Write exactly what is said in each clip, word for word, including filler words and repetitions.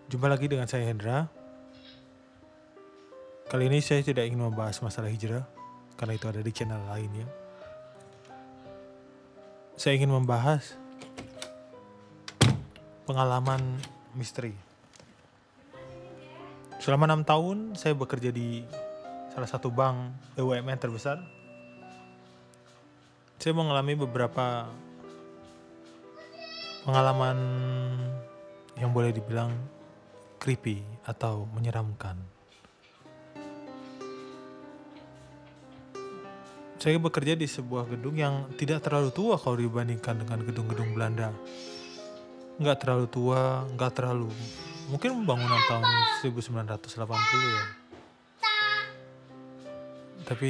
Jumpa lagi dengan saya Hendra. Kali ini saya tidak ingin membahas masalah hijrah, karena itu ada di channel lainnya. Saya ingin membahas pengalaman misteri. Selama enam tahun saya bekerja di salah satu bank B U M N terbesar. Saya mengalami beberapa pengalaman yang boleh dibilang creepy atau menyeramkan. Saya bekerja di sebuah gedung yang tidak terlalu tua kalau dibandingkan dengan gedung-gedung Belanda. Nggak terlalu tua, nggak terlalu... Mungkin bangunan tahun seribu sembilan ratus delapan puluh ya. Tapi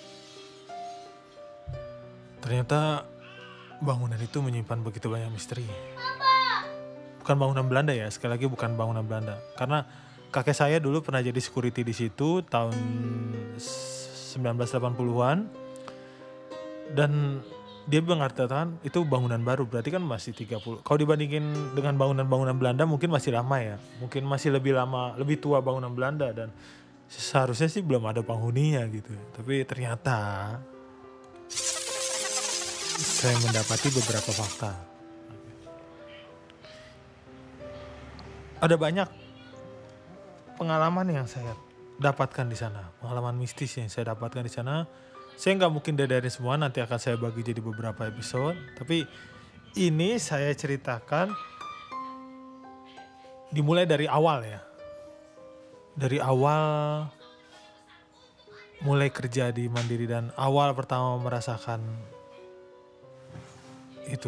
ternyata bangunan itu menyimpan begitu banyak misteri. Bukan bangunan Belanda ya, sekali lagi bukan bangunan Belanda. Karena kakek saya dulu pernah jadi security di situ tahun sembilan belas delapan puluhan. Dan dia mengatakan itu bangunan baru, berarti kan masih tiga puluh. Kalau dibandingin dengan bangunan-bangunan Belanda mungkin masih lama ya. Mungkin masih lebih lama, lebih tua bangunan Belanda dan seharusnya sih belum ada penghuninya gitu. Tapi ternyata saya mendapati beberapa fakta. Ada banyak pengalaman yang saya dapatkan di sana, pengalaman mistis yang saya dapatkan di sana. Saya nggak mungkin dari semua, nanti akan saya bagi jadi beberapa episode. Tapi ini saya ceritakan dimulai dari awal ya. Dari awal mulai kerja di Mandiri dan awal pertama merasakan itu.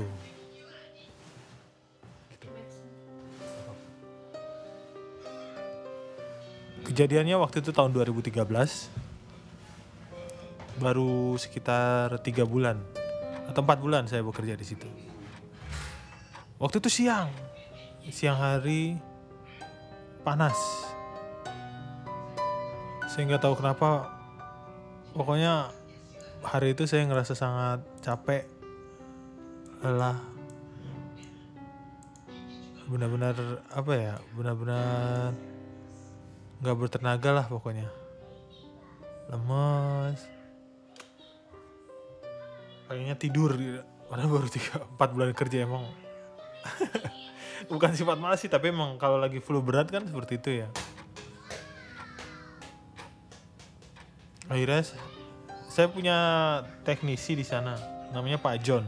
Kejadiannya waktu itu tahun dua ribu tiga belas. Baru sekitar tiga bulan atau empat bulan saya bekerja di situ. Waktu itu siang, siang hari panas. Saya nggak tahu kenapa, pokoknya hari itu saya ngerasa sangat capek, lelah, benar-benar apa ya, benar-benar nggak bertenaga lah pokoknya, lemes. Kayaknya tidur, padahal baru tiga empat bulan kerja emang. Bukan sifat malas sih, tapi emang kalau lagi flu berat kan seperti itu ya. Akhirnya saya punya teknisi di sana, namanya Pak John.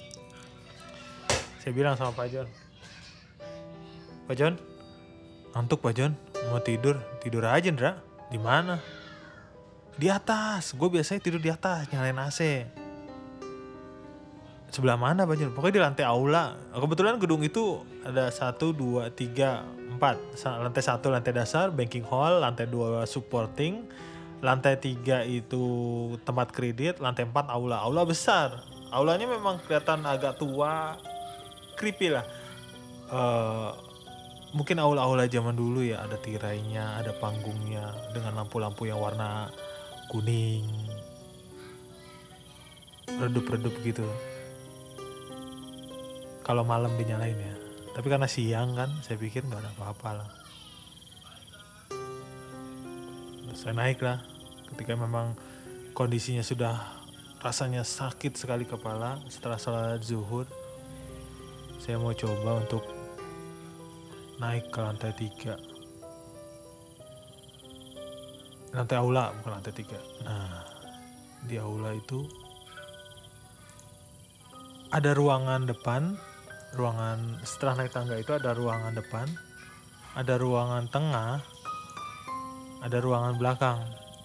Saya bilang sama Pak John, Pak John, ngantuk Pak John, mau tidur, tidur aja Ndra. Di mana? Di atas. Gue biasanya tidur di atas, nyalain A C. Sebelah mana Pak John? Pokoknya di lantai aula. Kebetulan gedung itu ada satu, dua, tiga, empat. Lantai satu lantai dasar, banking hall. Lantai dua supporting. Lantai tiga itu tempat kredit. Lantai empat aula. Aula besar. Aulanya memang kelihatan agak tua. Creepy lah. Uh, mungkin aula-aula zaman dulu ya. Ada tirainya, ada panggungnya. Dengan lampu-lampu yang warna kuning. Redup-redup gitu. Kalau malam dinyalain ya. Tapi karena siang kan, saya pikir nggak ada apa-apa lah. Saya naik lah. Ketika memang kondisinya sudah rasanya sakit sekali kepala setelah sholat zuhur, saya mau coba untuk naik ke lantai tiga. Lantai aula, bukan lantai tiga. Nah, di aula itu ada ruangan depan. Ruangan setelah naik tangga itu ada ruangan depan, ada ruangan tengah, ada ruangan belakang.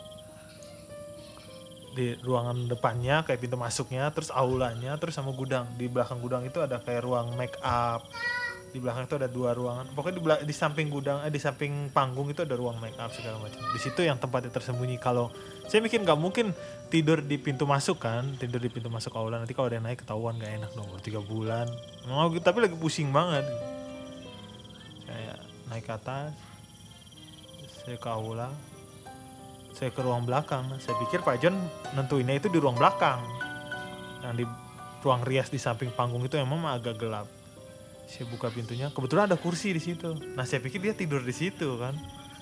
Di ruangan depannya kayak pintu masuknya, terus aulanya, terus sama gudang. Di belakang gudang itu ada kayak ruang make up. Di belakang itu ada dua ruangan. Pokoknya di, belak- di samping gudang, eh, di samping panggung itu ada ruang make up segala macam. Di situ yang tempatnya tersembunyi. Kalau saya mikir nggak mungkin tidur di pintu masuk kan, tidur di pintu masuk aula, nanti kalau ada yang naik ketahuan gak enak dong, tiga bulan. Oh, tapi lagi pusing banget. Saya naik ke atas, saya ke aula, saya ke ruang belakang. Saya pikir Pak John nentuinnya itu di ruang belakang, yang di ruang rias di samping panggung itu memang agak gelap. Saya buka pintunya, kebetulan ada kursi di situ. Nah saya pikir dia tidur di situ kan.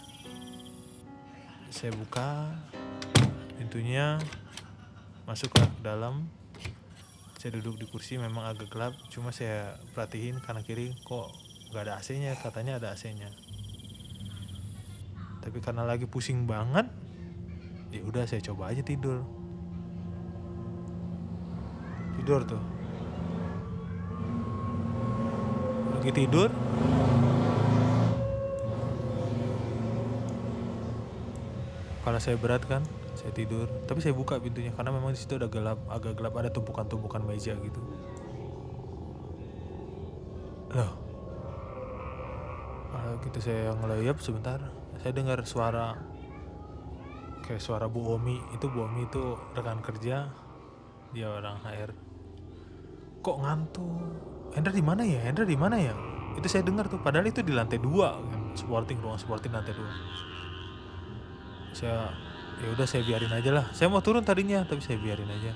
Saya buka pintunya, masuk ke dalam. Saya duduk di kursi, memang agak gelap. Cuma saya perhatiin kanan kiri kok nggak ada A C-nya, katanya ada A C-nya. Tapi karena lagi pusing banget, ya udah saya coba aja tidur. Tidur tuh. Lagi tidur. Kepala saya berat kan, saya tidur. Tapi saya buka pintunya karena memang di situ udah gelap, agak gelap, ada tumpukan-tumpukan meja gitu. Loh. Uh, gitu saya ngelayap sebentar. Saya dengar suara kayak suara Bu Omi. Itu Bu Omi itu rekan kerja, dia orang H R. Kok ngantuk? Hendra di mana ya? Hendra di mana ya? Itu saya dengar tuh. Padahal itu di lantai dua, kan? Sporting, ruang sporting lantai dua. Saya ya udah saya biarin aja lah. Saya mau turun tadinya, tapi saya biarin aja.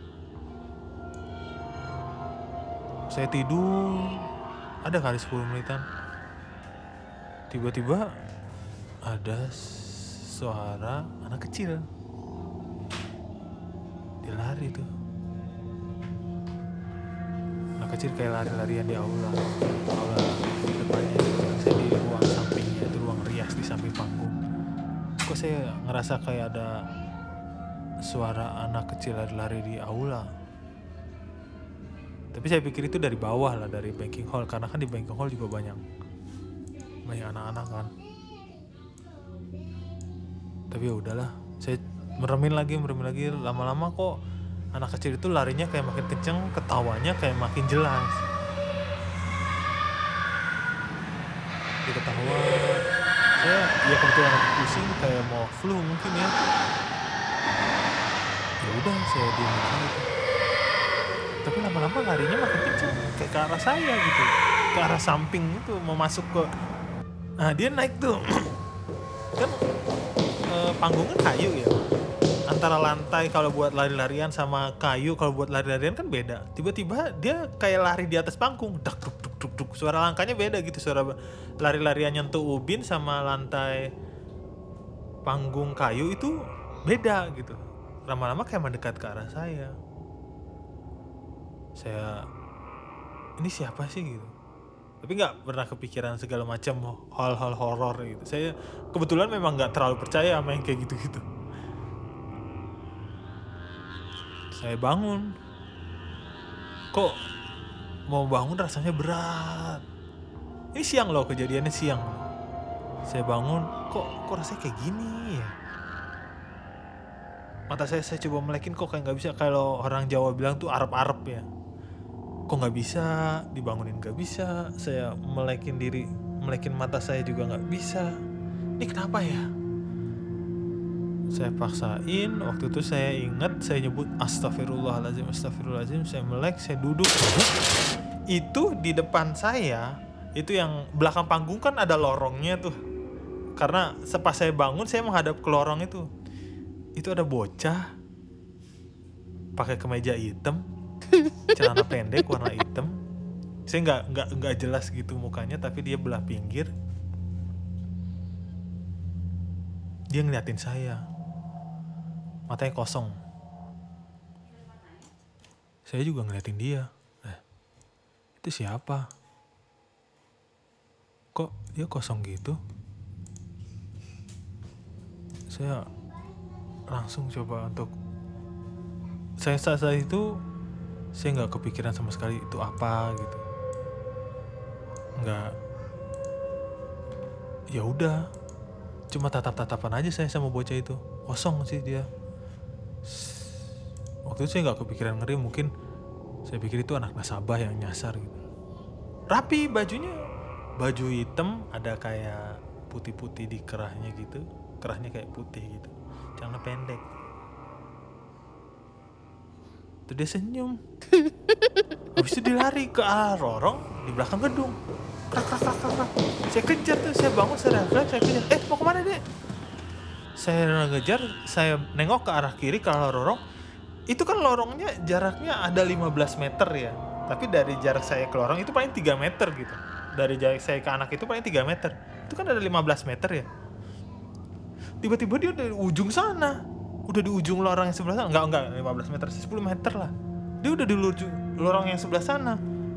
Saya tidur, ada kali sepuluh menitan. Tiba-tiba ada suara anak kecil. Dia lari tuh. Anak kecil kayak lari-larian di aula. Aula di depannya. Saya di ruang sampingnya, itu ruang rias di samping panggung. Kok saya ngerasa kayak ada suara anak kecil lari-lari di aula. Tapi saya pikir itu dari bawah lah, dari banking hall. Karena kan di banking hall juga banyak banyak anak-anak kan. Tapi ya udahlah, saya meremin lagi, meremin lagi. Lama-lama kok anak kecil itu larinya kayak makin kenceng, ketawanya kayak makin jelas. Dia ketawa. Saya ya kebetulan lagi pusing, kayak mau flu mungkin ya. Ya udah saya diam gitu. Tapi lama-lama larinya makin kenceng, kayak ke arah saya gitu, ke arah samping itu mau masuk ke. Nah dia naik tuh, kan e, panggungnya kayu ya. Antara lantai kalau buat lari-larian sama kayu kalau buat lari-larian kan beda. Tiba-tiba dia kayak lari di atas panggung, dak duk duk duk duk. Suara langkahnya beda gitu, suara lari-larian nyentuh ubin sama lantai panggung kayu itu beda gitu. Lama-lama kayak mendekat ke arah saya. Saya ini siapa sih gitu. Tapi nggak pernah kepikiran segala macam hal-hal horor gitu. Saya kebetulan memang nggak terlalu percaya sama yang kayak gitu-gitu. Saya bangun. Kok mau bangun rasanya berat. Ini siang loh, kejadiannya siang. Saya bangun, kok kok rasanya kayak gini ya. Mata saya saya coba melekin, kok kayak nggak bisa. Kalau orang Jawa bilang tuh arep-arep ya. Kok nggak bisa, dibangunin nggak bisa. Saya melekin diri, melekin mata saya juga nggak bisa. Ini kenapa ya? Saya paksain. Waktu itu saya ingat, saya nyebut astagfirullahaladzim, astagfirullahaladzim. Saya melek, saya duduk. Itu di depan saya, itu yang belakang panggung kan ada lorongnya tuh. Karena sepas saya bangun, saya menghadap ke lorong itu. Itu ada bocah pakai kemeja hitam, celana pendek warna hitam. Saya nggak nggak nggak jelas gitu mukanya, tapi dia belah pinggir. Dia ngeliatin saya, matanya kosong. Saya juga ngeliatin dia. Eh, itu siapa? Kok dia kosong gitu? Saya langsung coba untuk, saya saat itu saya nggak kepikiran sama sekali itu apa gitu, nggak, ya udah, cuma tatap-tatapan aja saya sama bocah itu, kosong sih dia. Waktu itu saya nggak kepikiran ngeri, mungkin saya pikir itu anak nasabah yang nyasar gitu. Rapi bajunya, baju hitam ada kayak putih-putih di kerahnya gitu, kerahnya kayak putih gitu. Celana pendek. Terus dia senyum. Habis itu dia lari ke arah lorong di belakang gedung. Krak krak krak krak. Saya kejar tuh, saya bangun, saya refleks, saya kejar. Eh, mau kemana dek? Saya ngejar, saya nengok ke arah kiri ke arah lorong. Itu kan lorongnya jaraknya ada lima belas meter ya. Tapi dari jarak saya ke lorong itu paling tiga meter gitu. Dari jarak saya ke anak itu paling tiga meter. Itu kan ada lima belas meter ya. Tiba-tiba dia udah di ujung sana. Udah di ujung lorong yang sebelah sana. Enggak, enggak lima belas meter, sepuluh meter lah. Dia udah di ujung lorong yang sebelah sana.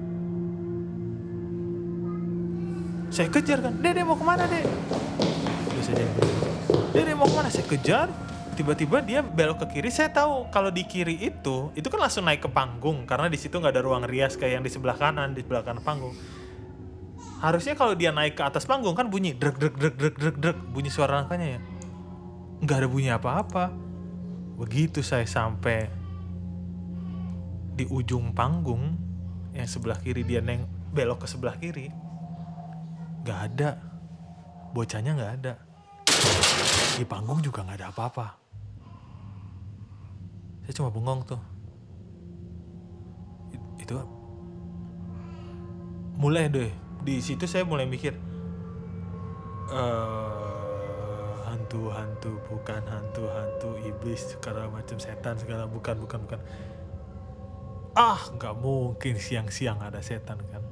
Saya kejar kan. Dede mau kemana, Dek? Terus aja. Dede mau kemana? Saya kejar. Tiba-tiba dia belok ke kiri. Saya tahu kalau di kiri itu, itu kan langsung naik ke panggung karena di situ nggak ada ruang rias kayak yang di sebelah kanan, di sebelah kanan panggung. Harusnya kalau dia naik ke atas panggung kan bunyi drek drek drek drek drek drek bunyi suara langkahnya ya. Nggak ada bunyi apa-apa. Begitu saya sampai di ujung panggung yang sebelah kiri, dia neng belok ke sebelah kiri, nggak ada. Bocahnya nggak ada. Di panggung juga nggak ada apa-apa. Saya cuma bengong tuh. Itu mulai deh di situ saya mulai mikir, uh, hantu-hantu bukan hantu-hantu, iblis segala macam, setan segala, bukan bukan bukan. Ah, nggak mungkin siang-siang ada setan kan?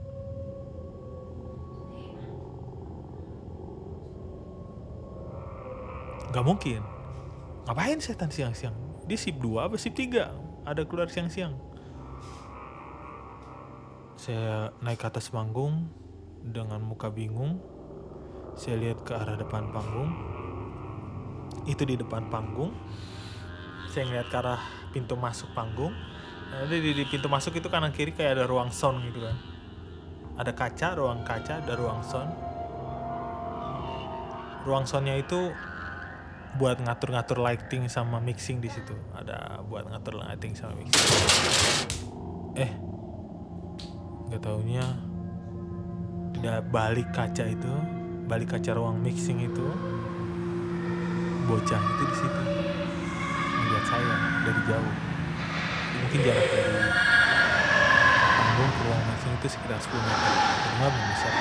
Nggak mungkin. Ngapain setan siang-siang? Dia sip dua apa sip tiga ada keluar siang-siang. Saya naik ke atas panggung dengan muka bingung. Saya lihat ke arah depan panggung. Itu di depan panggung. Saya ngeliat ke arah pintu masuk panggung. Nah, di, di, di pintu masuk itu kanan kiri kayak ada ruang sound gitu kan. Ada kaca, ruang kaca, ada ruang sound. Ruang soundnya itu buat ngatur-ngatur lighting sama mixing di situ. Ada buat ngatur lighting sama mixing. Eh, nggak taunya di balik kaca itu, balik kaca ruang mixing itu, bocah itu di situ melihat saya dari jauh. Mungkin jarak dari panggung ke ruang mixing itu sekitar sepuluh meter. Cuma belum bisa.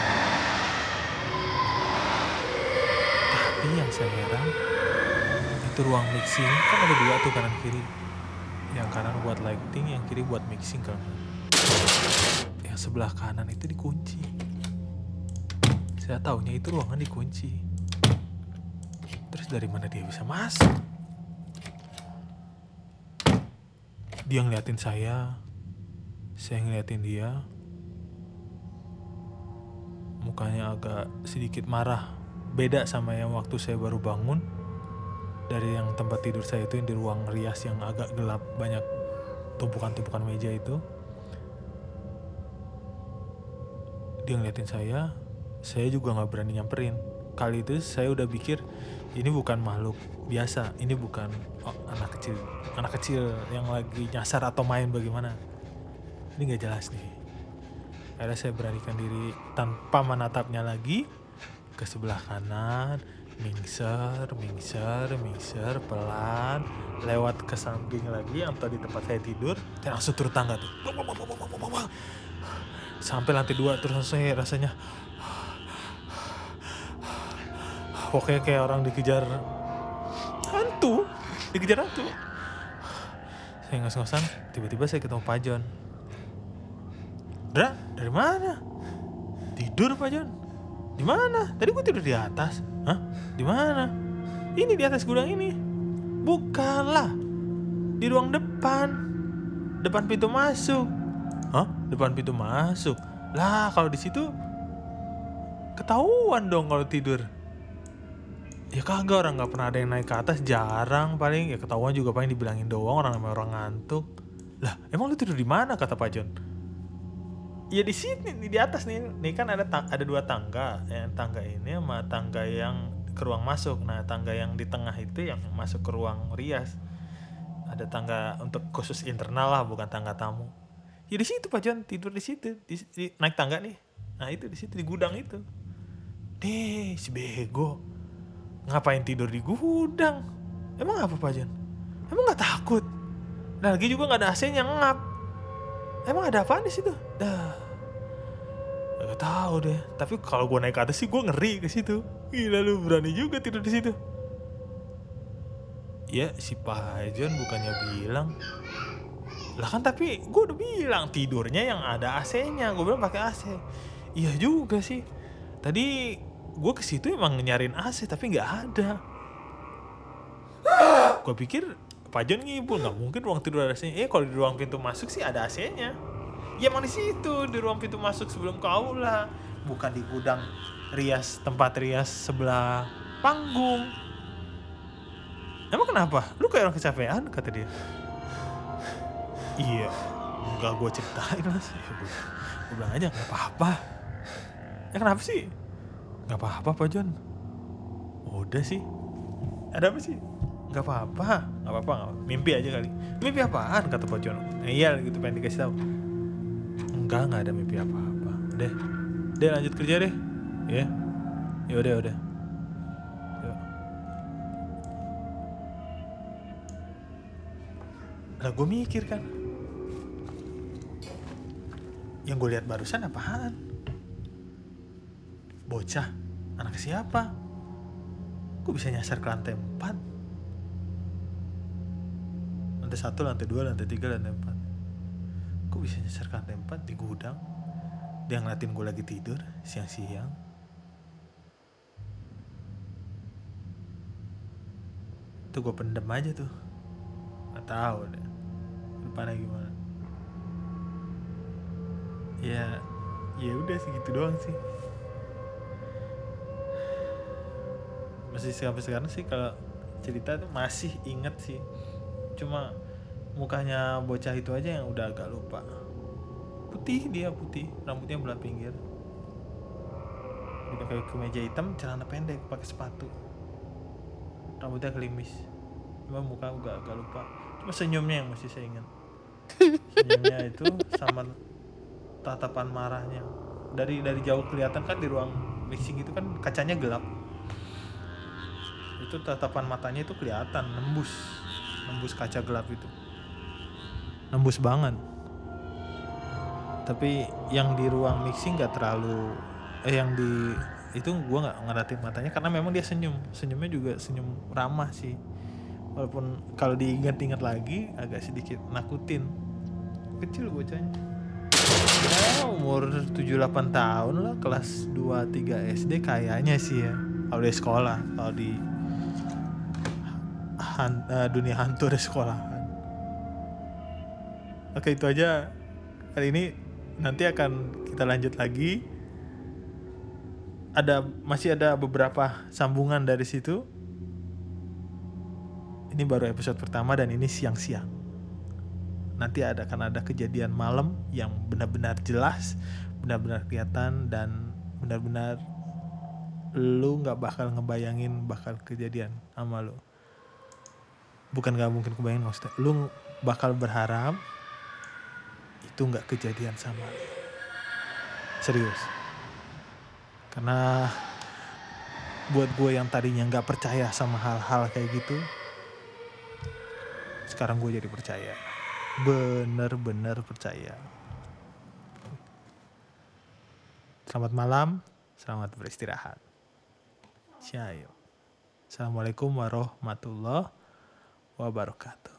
Tapi yang saya heran, itu ruang mixing kan ada dua tuh kanan kiri. Yang kanan buat lighting, yang kiri buat mixing kan. Yang sebelah kanan itu dikunci. Saya taunya itu ruangan dikunci. Terus dari mana dia bisa masuk? Dia ngeliatin saya, saya ngeliatin dia. Mukanya agak sedikit marah, beda sama yang waktu saya baru bangun. Dari yang tempat tidur saya itu, yang di ruang rias yang agak gelap, banyak tumpukan-tumpukan meja itu. Dia ngeliatin saya, saya juga gak berani nyamperin. Kali itu saya udah pikir, ini bukan makhluk biasa, ini bukan oh, anak kecil anak kecil yang lagi nyasar atau main bagaimana. Ini gak jelas nih. Akhirnya saya beranikan diri tanpa menatapnya lagi ke sebelah kanan. Mingser, mingser, mingser, pelan, lewat ke samping lagi atau di tempat saya tidur, dan langsung turun tangga tuh. Sampai lantai dua, terus langsung saya rasanya, pokoknya kayak orang dikejar hantu, dikejar hantu. Saya ngos-ngosan, tiba-tiba saya ketemu Pak John. Dra, dari mana? Tidur Pak John? Di mana? Tadi gue tidur di atas. Hah? Di mana? Ini di atas gudang ini. Bukanlah. Di ruang depan. Depan pintu masuk. Hah? Depan pintu masuk. Lah, kalau di situ ketahuan dong kalau tidur. Ya kagak, orang nggak pernah ada yang naik ke atas, jarang, paling ya ketahuan juga paling dibilangin doang, orang namanya orang ngantuk. Lah, emang lu tidur di mana, kata Pak John? Ya di sini, di atas nih. Nih kan ada ta- ada dua tangga. Yang tangga ini sama tangga yang ke ruang masuk. Nah, tangga yang di tengah itu yang masuk ke ruang rias. Ada tangga untuk khusus internal lah, bukan tangga tamu. Ya di situ Pak John tidur di situ, di, di, naik tangga nih. Nah, itu di situ di gudang itu. Nih, si bego. Ngapain tidur di gudang? Emang apa Pak John? Emang enggak takut? Nah, lagi juga enggak ada A C-nya ngap. Emang ada apaan di situ? Dah, gak tahu deh. Tapi kalau gue naik ke atas sih gue ngeri ke situ. Gila lu, berani juga tidur di situ. Ya si Pak John bukannya bilang Lah kan tapi gue udah bilang tidurnya yang ada A C-nya, gue bilang pakai A C. Iya juga sih. Tadi gue ke situ emang nyariin A C tapi nggak ada. Gue pikir Pak John ngibul, nggak mungkin ruang tidur ada A C-nya. Eh kalau di ruang pintu masuk sih ada A C-nya. Ya emang di situ di ruang pintu masuk sebelum ke aula, bukan di gudang rias tempat rias sebelah panggung. Emang kenapa? Lu kayak orang kecapean kata dia. Iya, enggak gue ceritain lah sih. Gue bilang aja nggak apa-apa. Ya kenapa sih? Nggak apa-apa Pak John. Udah sih. Ada apa sih? Nggak apa-apa, nggak apa-apa, nggak apa. Mimpi aja kali. Mimpi apaan kata Pak John? Nah, iya gitu pengen dikasih tahu. Enggak, nggak ada mimpi apa-apa. Deh, deh lanjut kerja deh. Ya, ya udah udah. Yuk. Nah gue mikir kan, yang gue lihat barusan apaan? Bocah, anak siapa? Gue bisa nyasar ke lantai empat. Lantai satu, lantai dua, lantai tiga, lantai empat. Gue bisa nyasar ke lantai empat di gudang. Dia ngeliatin gue lagi tidur siang-siang. Tuh gue pendem aja tuh. Gak tahu deh depannya gimana. Ya, ya udah segitu doang sih. Masih sampai sekarang sih kalau cerita tuh masih inget sih. Cuma mukanya bocah itu aja yang udah agak lupa. Putih dia putih, rambutnya belah pinggir. Dia pakai kemeja hitam, celana pendek, pakai sepatu. Rambutnya gelimis. Cuma muka agak agak lupa. Cuma senyumnya yang masih saya ingat. Senyumnya itu sama tatapan marahnya. Dari dari jauh kelihatan kan di ruang mixing itu kan kacanya gelap. Itu tatapan matanya itu kelihatan nembus nembus kaca gelap itu, nembus banget. Tapi yang di ruang mixing nggak terlalu eh yang di itu gue nggak ngeliatin matanya karena memang dia senyum senyumnya juga senyum ramah sih, walaupun kalau diingat-ingat lagi agak sedikit nakutin. Kecil bocahnya ya umur tujuh delapan tahun lah, kelas dua tiga S D kayaknya sih ya kalau di sekolah. Kalau di Han, uh, dunia hantu ada sekolahan. Oke itu aja kali ini, nanti akan kita lanjut lagi. Ada masih ada beberapa sambungan dari situ. Ini baru episode pertama dan ini siang-siang. Nanti ada akan ada kejadian malam yang benar-benar jelas, benar-benar kelihatan dan benar-benar lu nggak bakal ngebayangin bakal kejadian sama lu. Bukan gak mungkin kebayangin maksudnya, lu bakal berharap itu gak kejadian sama lu. Serius. Karena buat gue yang tadinya gak percaya sama hal-hal kayak gitu, sekarang gue jadi percaya. Bener-bener percaya. Selamat malam, selamat beristirahat. Syayo. Assalamualaikum warahmatullahi wabarakatuh.